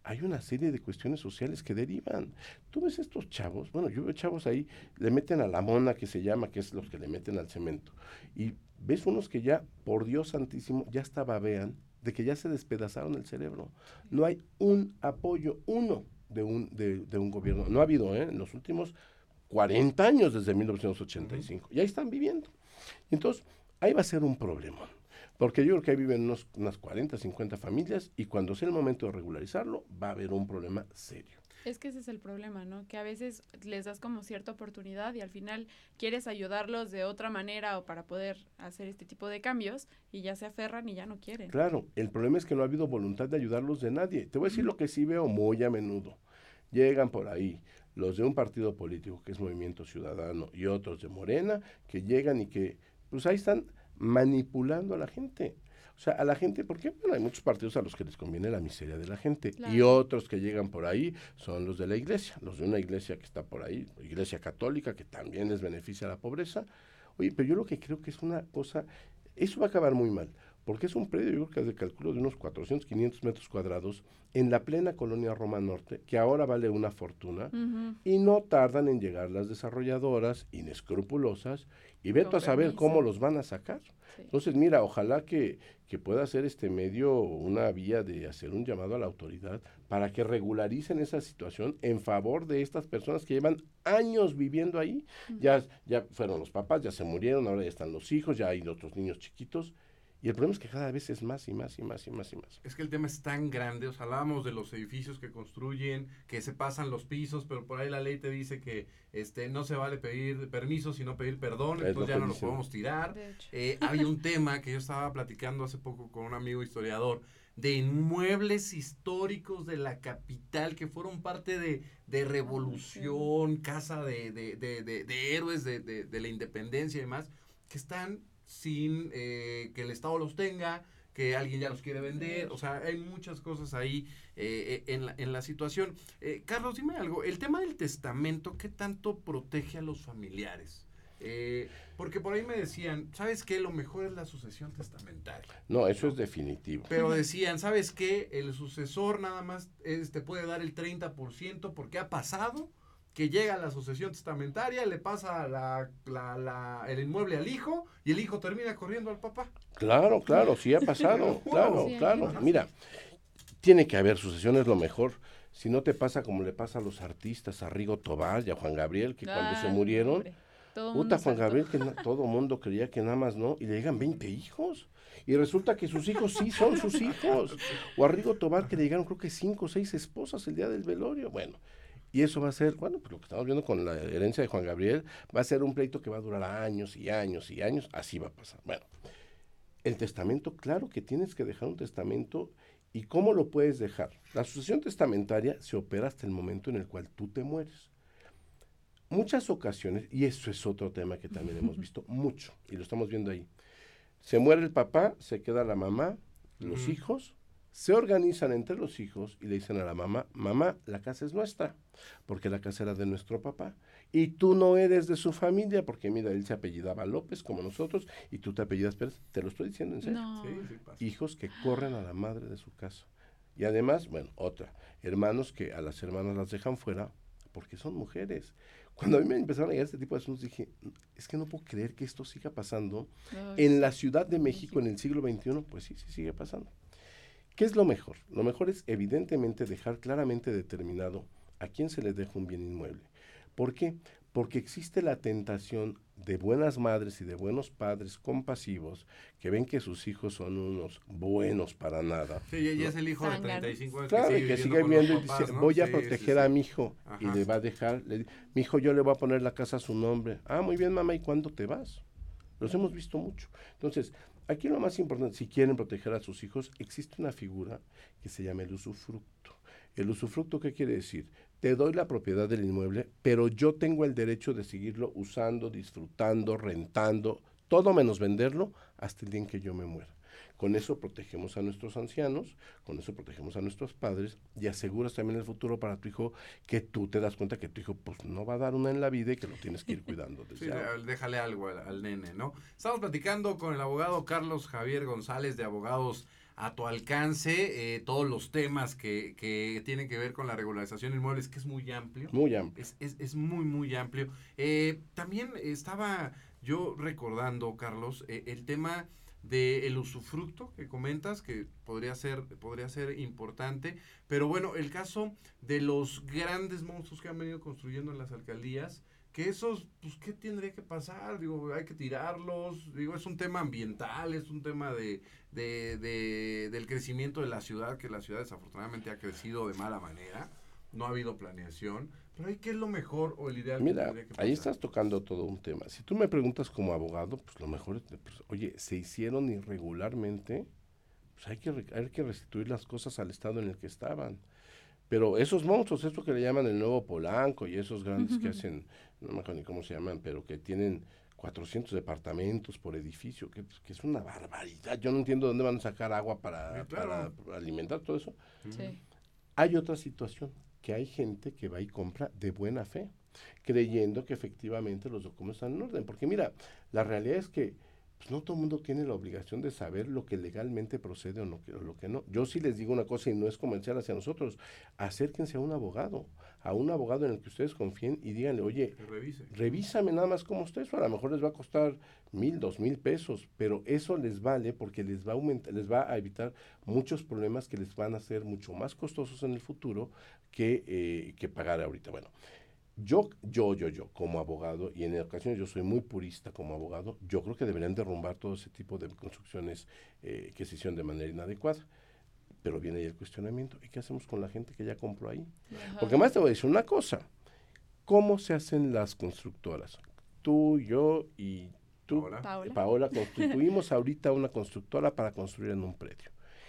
hay una serie de cuestiones sociales que derivan. Tú ves estos chavos, bueno, yo veo chavos ahí, le meten a la mona que se llama, que es los que le meten al cemento, y ves unos que ya, por Dios santísimo, ya hasta babean de que ya se despedazaron el cerebro. No hay un apoyo, uno, de un, de, de un gobierno. No ha habido, ¿eh? En los últimos cuarenta años, desde mil novecientos ochenta y cinco. Uh-huh. Y ahí están viviendo. Entonces, ahí va a ser un problema. Porque yo creo que ahí viven unos, unas cuarenta, cincuenta familias, y cuando sea el momento de regularizarlo, va a haber un problema serio. Es que ese es el problema, ¿no? Que a veces les das como cierta oportunidad y al final quieres ayudarlos de otra manera o para poder hacer este tipo de cambios y ya se aferran y ya no quieren. Claro, el problema es que no ha habido voluntad de ayudarlos de nadie. Te voy a decir lo que sí veo muy a menudo. Llegan por ahí los de un partido político que es Movimiento Ciudadano y otros de Morena que llegan y que, pues ahí están manipulando a la gente. O sea, a la gente, porque bueno, hay muchos partidos a los que les conviene la miseria de la gente. Claro. Y otros que llegan por ahí son los de la iglesia, los de una iglesia que está por ahí, iglesia católica, que también les beneficia la pobreza. Oye, pero yo lo que creo que es una cosa, eso va a acabar muy mal, porque es un predio, yo creo que es de cálculo de unos cuatrocientos, quinientos metros cuadrados, en la plena colonia Roma Norte, que ahora vale una fortuna, uh-huh. y no tardan en llegar las desarrolladoras inescrupulosas, y vete a saber cómo los van a sacar. Sí. Entonces, mira, ojalá que, que pueda ser este medio una vía de hacer un llamado a la autoridad para que regularicen esa situación en favor de estas personas que llevan años viviendo ahí. Uh-huh. Ya, ya fueron los papás, ya se murieron, ahora ya están los hijos, ya hay otros niños chiquitos. Y el problema es que cada vez es más y más y más y más y más. Es que el tema es tan grande, o sea, hablábamos de los edificios que construyen, que se pasan los pisos, pero por ahí la ley te dice que este no se vale pedir permiso, sino pedir perdón, es entonces ya no nos podemos tirar. Eh, había un tema que yo estaba platicando hace poco con un amigo historiador, de inmuebles históricos de la capital que fueron parte de, de revolución, casa de, de, de, de, de héroes de, de, de la independencia y demás, que están sin eh, que el Estado los tenga, que alguien ya los quiere vender, o sea, hay muchas cosas ahí eh, en, la, en la situación. Eh, Carlos, dime algo, el tema del testamento, ¿qué tanto protege a los familiares? Eh, porque por ahí me decían, ¿sabes qué? Lo mejor es la sucesión testamentaria. No, eso ¿no? es definitivo. Pero decían, ¿sabes qué? El sucesor nada más este, puede dar el treinta por ciento porque ha pasado que llega la sucesión testamentaria, le pasa la, la, la, el inmueble al hijo y el hijo termina corriendo al papá. Claro, claro, sí ha pasado, claro, sí, claro. Mira, tiene que haber sucesión, es lo mejor. Si no te pasa como le pasa a los artistas, a Rigo Tobar y a Juan Gabriel, que ah, cuando se murieron, puta Juan Gabriel, que na, todo mundo creía que nada más no, y le llegan veinte hijos. Y resulta que sus hijos sí son sus hijos. O a Rigo Tobar, que le llegaron creo que cinco o seis esposas el día del velorio. Bueno, y eso va a ser, bueno, pues lo que estamos viendo con la herencia de Juan Gabriel, va a ser un pleito que va a durar años y años y años, así va a pasar. Bueno, el testamento, claro que tienes que dejar un testamento, ¿y cómo lo puedes dejar? La sucesión testamentaria se opera hasta el momento en el cual tú te mueres. Muchas ocasiones, y eso es otro tema que también hemos visto mucho, y lo estamos viendo ahí, se muere el papá, se queda la mamá, los uh-huh. hijos, se organizan entre los hijos y le dicen a la mamá, mamá, la casa es nuestra, porque la casa era de nuestro papá, y tú no eres de su familia, porque mira, él se apellidaba López como nosotros, y tú te apellidas Pérez, te lo estoy diciendo en serio. No. Sí, sí pasa. Hijos que corren a la madre de su casa. Y además, bueno, otra, hermanos que a las hermanas las dejan fuera, porque son mujeres. Cuando a mí me empezaron a llegar este tipo de asuntos, dije, es que no puedo creer que esto siga pasando. Ay, en la Ciudad de México, en el siglo veintiuno, pues sí, sí sigue pasando. ¿Qué es lo mejor? Lo mejor es evidentemente dejar claramente determinado a quién se le deja un bien inmueble. ¿Por qué? Porque existe la tentación de buenas madres y de buenos padres compasivos que ven que sus hijos son unos buenos para nada. Sí, y ella es el hijo de treinta y cinco años. Claro, que sigue, que sigue viendo y dice, ¿no? voy a sí, proteger sí, sí. a mi hijo. Ajá. Y le va a dejar, le, mi hijo yo le voy a poner la casa a su nombre. Ah, muy bien, mamá, ¿y cuándo te vas? Los hemos visto mucho. Entonces, aquí lo más importante, si quieren proteger a sus hijos, existe una figura que se llama el usufructo. ¿El usufructo qué quiere decir? Te doy la propiedad del inmueble, pero yo tengo el derecho de seguirlo usando, disfrutando, rentando, todo menos venderlo hasta el día en que yo me muera. Con eso protegemos a nuestros ancianos, con eso protegemos a nuestros padres y aseguras también el futuro para tu hijo, que tú te das cuenta que tu hijo pues no va a dar una en la vida y que lo tienes que ir cuidando. Desde sí, ahora. Déjale algo al, al nene, ¿no? Estamos platicando con el abogado Carlos Javier González de Abogados a tu alcance, eh, todos los temas que, que tienen que ver con la regularización de inmuebles, que es muy amplio. Muy amplio. Es, es, es muy, muy amplio. Eh, también estaba yo recordando, Carlos, eh, el tema del usufructo que comentas, que podría ser, podría ser importante, pero bueno, el caso de los grandes monstruos que han venido construyendo en las alcaldías, que esos, pues, ¿qué tendría que pasar? Digo, hay que tirarlos, digo, es un tema ambiental, es un tema de, de, de del crecimiento de la ciudad, que la ciudad desafortunadamente ha crecido de mala manera, no ha habido planeación, pero ahí, ¿qué es lo mejor o el ideal? Mira, que que pasar? ahí estás tocando todo un tema. Si tú me preguntas como abogado, pues lo mejor es, pues, oye, se hicieron irregularmente, pues hay que, hay que restituir las cosas al estado en el que estaban. Pero esos monstruos, esto que le llaman el nuevo Polanco y esos grandes que hacen, no me acuerdo ni cómo se llaman, pero que tienen cuatrocientos departamentos por edificio, que, que es una barbaridad. Yo no entiendo dónde van a sacar agua para, Sí, claro. para alimentar todo eso. Sí. Hay otra situación, que hay gente que va y compra de buena fe, creyendo que efectivamente los documentos están en orden. Porque mira, la realidad es que pues, no todo el mundo tiene la obligación de saber lo que legalmente procede o, no, o lo que no. Yo sí les digo una cosa y no es comercial hacia nosotros. Acérquense a un abogado, a un abogado en el que ustedes confíen y díganle, oye, Que revise. revísame nada más cómo está eso. A lo mejor les va a costar mil, dos mil pesos, pero eso les vale porque les va a aumentar, les va a evitar muchos problemas que les van a ser mucho más costosos en el futuro que, eh, que pagar ahorita. Bueno, yo, yo, yo, yo, como abogado, y en ocasiones yo soy muy purista como abogado, yo creo que deberían derrumbar todo ese tipo de construcciones eh, que se hicieron de manera inadecuada. Pero viene ahí el cuestionamiento, ¿y qué hacemos con la gente que ya compró ahí? Ajá. Porque más te voy a decir una cosa, ¿cómo se hacen las constructoras? Tú, yo y tú, Paola. Paola. Paola, constituimos ahorita una constructora para construir en un predio.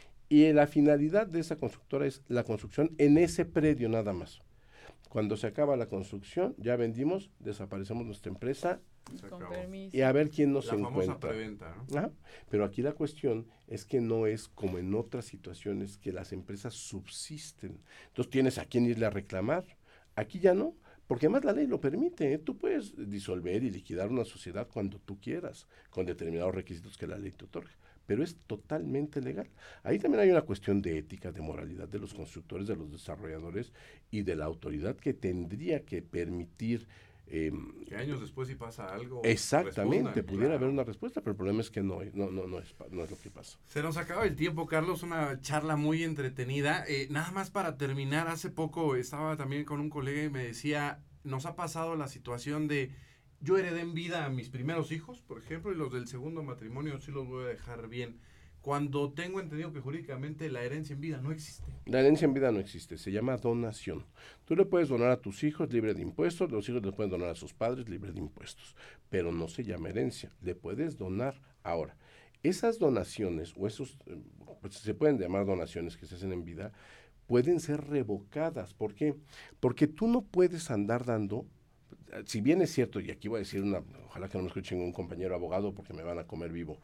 Y la finalidad de esa constructora es la construcción en ese predio nada más. Cuando se acaba la construcción, ya vendimos, desaparecemos nuestra empresa Se Con acabó. permiso. y a ver quién nos La famosa encuentra. preventa, ¿no? Ajá. Pero aquí la cuestión es que no es como en otras situaciones que las empresas subsisten. Entonces tienes a quién irle a reclamar. Aquí ya no, porque además la ley lo permite, ¿eh? Tú puedes disolver y liquidar una sociedad cuando tú quieras, con determinados requisitos que la ley te otorga. Pero es totalmente legal. Ahí también hay una cuestión de ética, de moralidad de los constructores, de los desarrolladores y de la autoridad que tendría que permitir eh, Que años después si pasa algo. exactamente, respondan, pudiera claro. haber una respuesta, pero el problema es que no, no, no, no, es, pa- no es lo que pasa. Se nos acaba el tiempo, Carlos, una charla muy entretenida. Eh, nada más para terminar, hace poco estaba también con un colega y me decía, nos ha pasado la situación de, yo heredé en vida a mis primeros hijos, por ejemplo, y los del segundo matrimonio sí los voy a dejar bien. Cuando tengo entendido que jurídicamente la herencia en vida no existe. La herencia en vida no existe, se llama donación. Tú le puedes donar a tus hijos libre de impuestos, los hijos le pueden donar a sus padres libre de impuestos, pero no se llama herencia, le puedes donar. Ahora, esas donaciones, o esos, eh, pues se pueden llamar donaciones que se hacen en vida, pueden ser revocadas. ¿Por qué? Porque tú no puedes andar dando, si bien es cierto, y aquí voy a decir una, ojalá que no me escuchen un compañero abogado porque me van a comer vivo,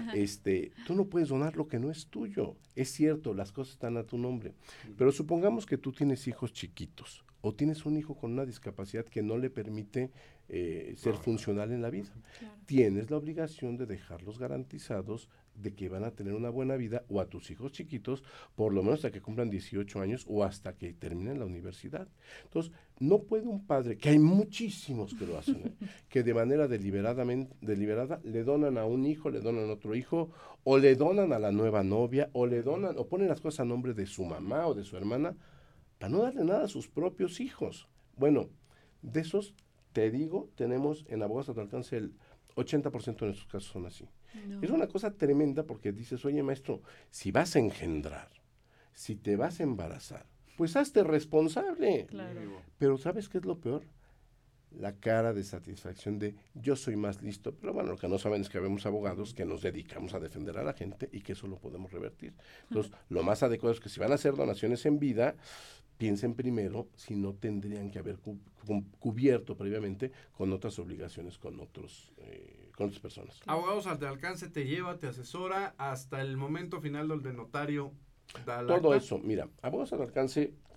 este, tú no puedes donar lo que no es tuyo. Es cierto, las cosas están a tu nombre, pero supongamos que tú tienes hijos chiquitos o tienes un hijo con una discapacidad que no le permite eh, ser funcional en la vida. Claro. Tienes la obligación de dejarlos garantizados de que van a tener una buena vida, o a tus hijos chiquitos, por lo menos hasta que cumplan dieciocho años o hasta que terminen la universidad. Entonces, no puede un padre, que hay muchísimos que lo hacen, ¿eh? que de manera deliberadamente, deliberada le donan a un hijo, le donan a otro hijo, o le donan a la nueva novia, o le donan, o ponen las cosas a nombre de su mamá o de su hermana, para no darle nada a sus propios hijos. Bueno, de esos, te digo, tenemos en Abogados a tu alcance el ochenta por ciento de nuestros casos son así. No. Es una cosa tremenda porque dices, oye maestro, si vas a engendrar, si te vas a embarazar, pues hazte responsable. Claro. Pero ¿sabes qué es lo peor? La cara de satisfacción de yo soy más listo. Pero bueno, lo que no saben es que habemos abogados que nos dedicamos a defender a la gente y que eso lo podemos revertir. Entonces, lo más adecuado es que si van a hacer donaciones en vida, piensen primero si no tendrían que haber cu- cu- cubierto previamente con otras obligaciones con otros eh, con otras personas. Abogados al alcance te lleva, te asesora hasta el momento final donde el notario da la Todo acta. eso, mira, Abogados al alcance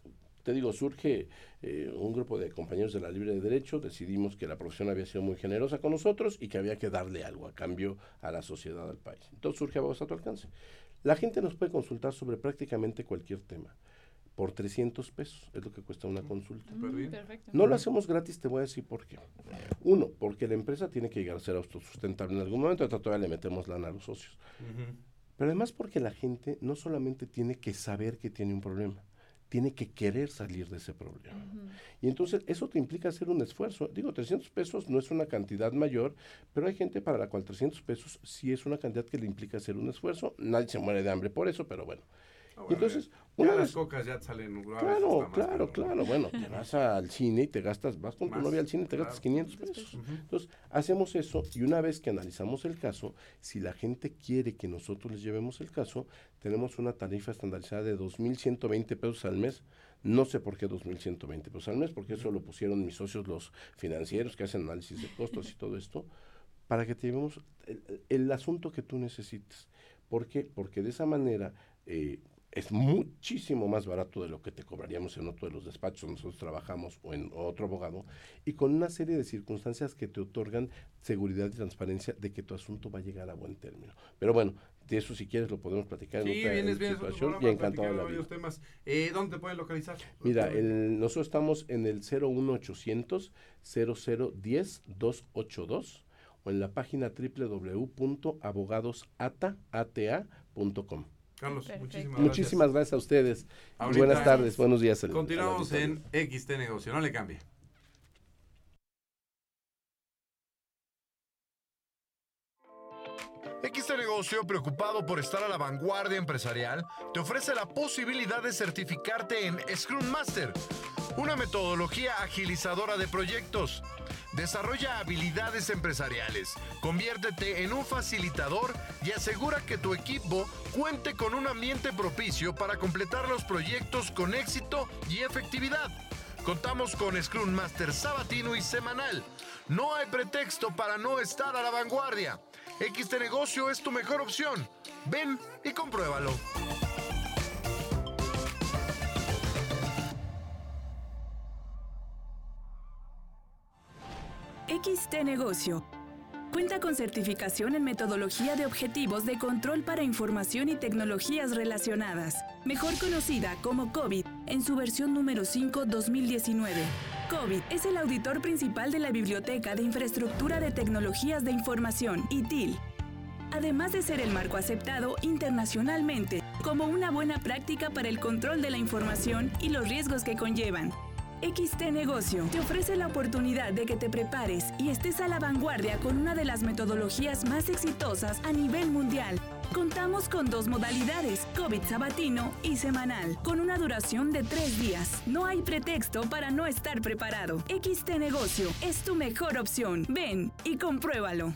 te digo, surge eh, un grupo de compañeros de la Libre de Derecho, decidimos que la profesión había sido muy generosa con nosotros y que había que darle algo a cambio a la sociedad, al país. Entonces surge Abogados a tu alcance. La gente nos puede consultar sobre prácticamente cualquier tema. Por trescientos pesos, es lo que cuesta una consulta. Mm, perfecto. No lo hacemos gratis, te voy a decir por qué. Uno, porque la empresa tiene que llegar a ser autosustentable en algún momento, hasta todavía le metemos lana a los socios. Ujú. Pero además porque la gente no solamente tiene que saber que tiene un problema, tiene que querer salir de ese problema. Ujú. Y entonces eso te implica hacer un esfuerzo. Digo, trescientos pesos no es una cantidad mayor, pero hay gente para la cual trescientos pesos sí es una cantidad que le implica hacer un esfuerzo. Nadie se muere de hambre por eso, pero bueno. Ah, bueno, Entonces, ya una las vez, cocas ya te salen. a veces claro, hasta más claro, caro. claro, bueno, te vas al cine y te gastas, vas con tu Más, novia al cine y te gastas claro. quinientos pesos. Ujú. Entonces, hacemos eso y una vez que analizamos el caso, si la gente quiere que nosotros les llevemos el caso, tenemos una tarifa estandarizada de dos mil ciento veinte pesos al mes. No sé por qué dos mil ciento veinte pesos al mes, porque eso lo pusieron mis socios, los financieros, que hacen análisis de costos y todo esto, para que te llevemos el, el asunto que tú necesites. ¿Por qué? Porque de esa manera eh, es muchísimo más barato de lo que te cobraríamos en otro de los despachos donde nosotros trabajamos o en otro abogado, y con una serie de circunstancias que te otorgan seguridad y transparencia de que tu asunto va a llegar a buen término. Pero bueno, de eso si quieres lo podemos platicar Sí, en otra vienes, vienes a tu situación programa y encantado de la platicando vida. varios temas. Eh, ¿Dónde te pueden localizar? Mira, el, nosotros estamos en el cero uno ochocientos cero cero diez dos ochenta y dos o en la página doble u doble u doble u punto abogados a t a punto com. Carlos, Perfecto. muchísimas gracias. Muchísimas gracias a ustedes. Ahorita- Buenas tardes, buenos días. al- Continuamos al en auditorio. X T Negocio, no le cambie. X T Negocio, preocupado por estar a la vanguardia empresarial, te ofrece la posibilidad de certificarte en Scrum Master, una metodología agilizadora de proyectos. Desarrolla habilidades empresariales, conviértete en un facilitador y asegura que tu equipo cuente con un ambiente propicio para completar los proyectos con éxito y efectividad. Contamos con Scrum Master sabatino y semanal. No hay pretexto para no estar a la vanguardia. X T Negocio es tu mejor opción. Ven y compruébalo. X T Negocio. Cuenta con certificación en metodología de objetivos de control para información y tecnologías relacionadas, mejor conocida como COVID, en su versión número cinco dos mil diecinueve. COVID es el auditor principal de la Biblioteca de Infraestructura de Tecnologías de Información, I T I L. Además de ser el marco aceptado internacionalmente como una buena práctica para el control de la información y los riesgos que conllevan. X T Negocio te ofrece la oportunidad de que te prepares y estés a la vanguardia con una de las metodologías más exitosas a nivel mundial. Contamos con dos modalidades, COVID sabatino y semanal, con una duración de tres días. No hay pretexto para no estar preparado. X T Negocio es tu mejor opción. Ven y compruébalo.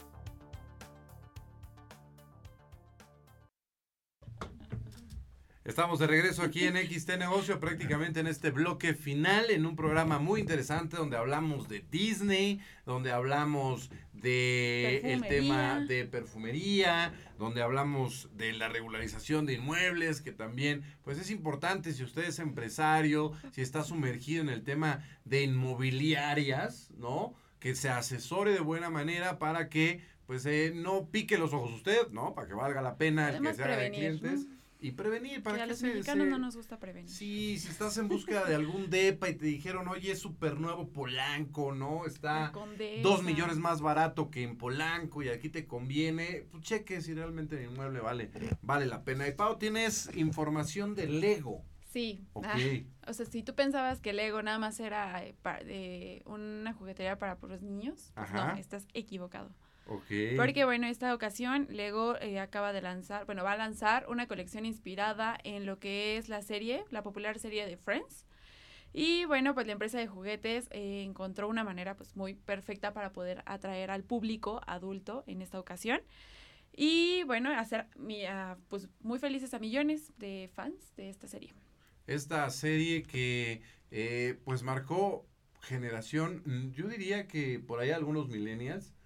Estamos de regreso aquí en X T Negocio, prácticamente en este bloque final, en un programa muy interesante donde hablamos de Disney, donde hablamos de el Perfumería. tema de perfumería, donde hablamos de la regularización de inmuebles, que también pues es importante si usted es empresario, si está sumergido en el tema de inmobiliarias, ¿no? Que se asesore de buena manera para que pues eh, no pique los ojos usted, ¿no? Para que valga la pena el Además, que se haga de prevenir, clientes. ¿no? Y prevenir, para Que a que los se, mexicanos se- no nos gusta prevenir. Sí, si estás en búsqueda de algún depa y te dijeron, oye, es súper nuevo Polanco, ¿no? Está La Condesa. dos millones más barato que en Polanco y aquí te conviene, pues cheque si realmente el inmueble vale, vale la pena. Y Pau, tienes información de Lego. Sí. Ok. Ah, o sea, si tú pensabas que Lego nada más era eh, pa- de una juguetería para puros niños, pues Ajá. no, estás equivocado. Ok. Porque bueno, esta ocasión Lego eh, acaba de lanzar, bueno, va a lanzar una colección inspirada en lo que es la serie, la popular serie de Friends. Y bueno, pues la empresa de juguetes eh, encontró una manera pues muy perfecta para poder atraer al público adulto en esta ocasión. Y bueno, hacer mi, ah, pues muy felices a millones de fans de esta serie. Esta serie que eh, pues marcó generación, mm, yo diría que por ahí algunos millennials,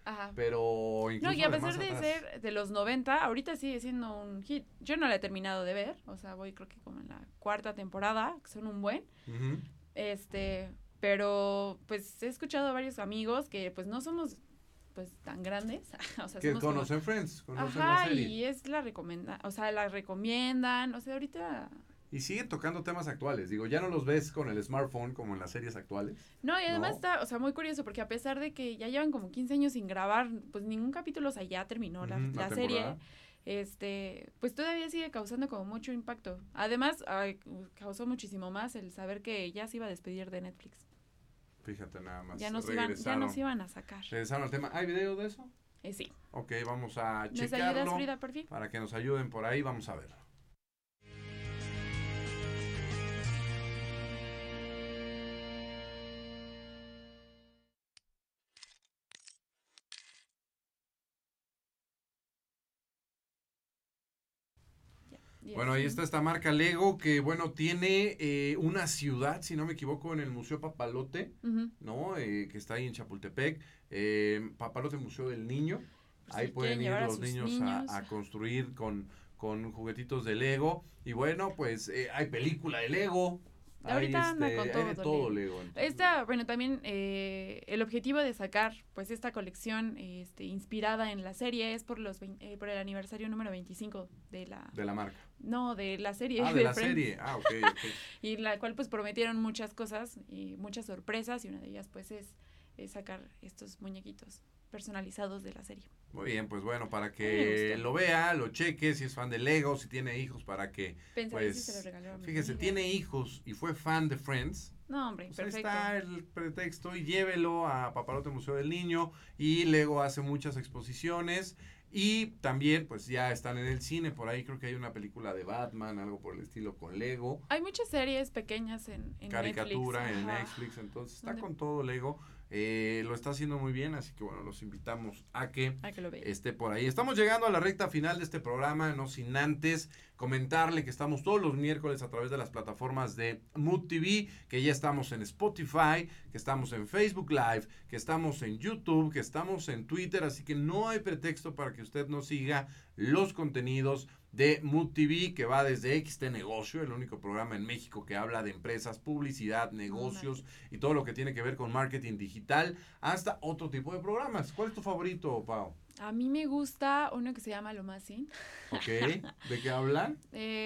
Ajá. pero incluso No, y a de pesar más de atrás. ser de los noventa, ahorita sigue siendo un hit. Yo no la he terminado de ver, o sea, voy creo que como en la cuarta temporada, que son un buen. Ujú. Este, pero pues he escuchado a varios amigos que pues no somos pues tan grandes, o sea, Que somos como- conocen Friends, conocen Ajá, la serie. y es la recomenda, o sea, la recomiendan, o sea, ahorita Y siguen tocando temas actuales. Digo, ya no los ves con el smartphone como en las series actuales. no, y además No. está, o sea, muy curioso porque a pesar de que ya llevan como quince años sin grabar, pues ningún capítulo, o sea, ya terminó la, Ujú, la la serie. temporada. Este, pues todavía sigue causando como mucho impacto. Además, ay, causó muchísimo más el saber que ya se iba a despedir de Netflix. Fíjate nada más. Ya nos iban, ya regresaron. nos iban a sacar. Regresaron al tema. ¿Hay video de eso? Eh, sí. Ok, vamos a ¿Nos checarlo. ayudas, Frida, por fin? Para que nos ayuden por ahí, vamos a verlo. Y Bueno, así. ahí está esta marca Lego que, bueno, tiene eh, una ciudad, si no me equivoco, en el Museo Papalote, Ujú. ¿no? Eh, que está ahí en Chapultepec. Eh, Papalote Museo del Niño. Por Ahí si pueden quieren ir llevar a los sus niños, niños. A, a construir con, con juguetitos de Lego. Y bueno, pues eh, hay película de Lego. Ahorita hay, anda este, con hay todo, de todo Lego. Lego. entonces, Esta, bueno, también eh, el objetivo de sacar pues esta colección este, inspirada en la serie es por los vein- eh, por el aniversario número veinticinco de la De la marca. no de la serie Ah, de la Friends. serie. Ah, ok, ok. Y la cual pues prometieron muchas cosas y muchas sorpresas y una de ellas pues es, es sacar estos muñequitos personalizados de la serie. Muy bien, pues bueno, para me que gustó. lo vea, lo cheque, si es fan de Lego, si tiene hijos, para que, Pensaré pues, si se lo regaló a mi fíjese, amiga. tiene hijos y fue fan de Friends, No, hombre, pues ahí perfecto. está el pretexto y llévelo a Papalote Museo del Niño y Lego hace muchas exposiciones y también pues ya están en el cine, por ahí creo que hay una película de Batman, algo por el estilo con Lego. Hay muchas series pequeñas en, en Caricatura Netflix. en Ajá. Netflix, entonces está Donde- con todo Lego, eh, lo está haciendo muy bien, así que bueno, los invitamos a que A que lo vean. esté por ahí. Estamos llegando a la recta final de este programa, no sin antes comentarle que estamos todos los miércoles a través de las plataformas de Mood T V, que ya estamos en Spotify, que estamos en Facebook Live, que estamos en YouTube, que estamos en Twitter, así que no hay pretexto para que usted no siga los contenidos de Mood T V, que va desde X T Negocio, el único programa en México que habla de empresas, publicidad, negocios y todo lo que tiene que ver con marketing digital, hasta otro tipo de programas. ¿Cuál es tu favorito, Pau? A mí me gusta uno que se llama Lo Más Sin. Ok, ¿de qué hablan?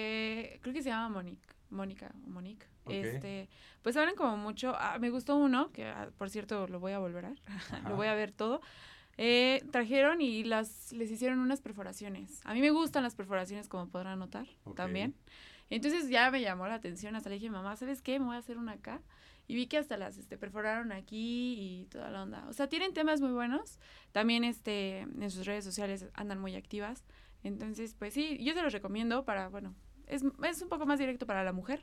Eh, creo que se llama Monique, Mónica o Monique. Ok. Este, pues hablan como mucho. Ah, me gustó uno, que ah, por cierto lo voy a volver a ver, lo voy a ver todo. Eh, trajeron y las les hicieron unas perforaciones. A mí me gustan las perforaciones, como podrán notar, Ok. también. Entonces ya me llamó la atención, hasta le dije, mamá, ¿sabes qué? Me voy a hacer una acá. Y vi que hasta las este, perforaron aquí y toda la onda. O sea, tienen temas muy buenos. También este, en sus redes sociales andan muy activas. Entonces, pues sí, yo se los recomiendo para, bueno, es, es un poco más directo para la mujer.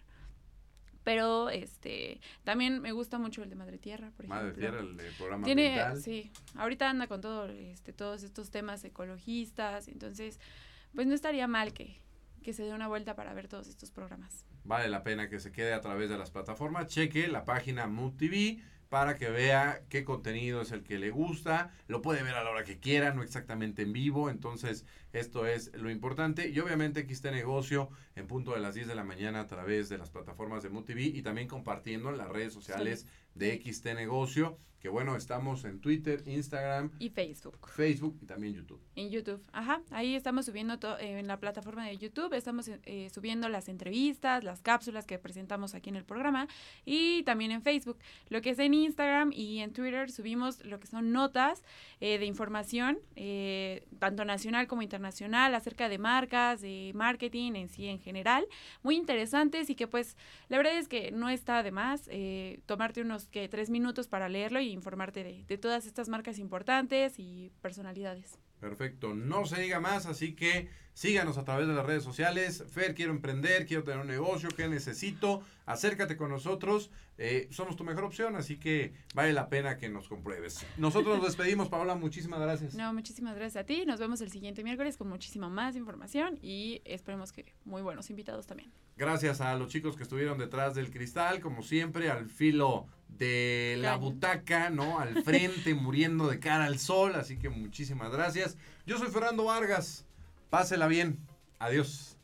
Pero este también me gusta mucho el de Madre Tierra, por ejemplo. Madre Tierra, el de programa Tiene, ambiental. sí, ahorita anda con todo, este, todos estos temas ecologistas, entonces, pues no estaría mal que, que se dé una vuelta para ver todos estos programas. Vale la pena que se quede a través de las plataformas. Cheque la página Mood T V para que vea qué contenido es el que le gusta. Lo puede ver a la hora que quiera, no exactamente en vivo. Entonces, esto es lo importante. Y obviamente aquí está Negocio en punto de las diez de la mañana a través de las plataformas de Mood T V y también compartiendo en las redes sociales Sí. de X T Negocio. Que bueno, estamos en Twitter, Instagram, Y Facebook. Facebook y también YouTube. En YouTube, ajá, ahí estamos subiendo to- eh, en la plataforma de YouTube, estamos eh, subiendo las entrevistas, las cápsulas que presentamos aquí en el programa y también en Facebook. Lo que es en Instagram y en Twitter subimos lo que son notas eh, de información, eh, tanto nacional como internacional, acerca de marcas, de marketing en sí en general, muy interesantes y que pues la verdad es que no está de más eh, tomarte unos que tres minutos para leerlo y informarte de, de todas estas marcas importantes y personalidades. Perfecto, no se diga más, así que Síganos a través de las redes sociales. Fer, quiero emprender, quiero tener un negocio, ¿qué necesito? Acércate con nosotros. Eh, somos tu mejor opción, así que vale la pena que nos compruebes. Nosotros nos despedimos, Paola, muchísimas gracias. No, muchísimas gracias a ti. Nos vemos el siguiente miércoles con muchísima más información y esperemos que muy buenos invitados también. Gracias a los chicos que estuvieron detrás del cristal, como siempre, al filo de la Caño. butaca, ¿no? Al frente, muriendo de cara al sol, así que muchísimas gracias. Yo soy Fernando Vargas. Pásela bien. Adiós.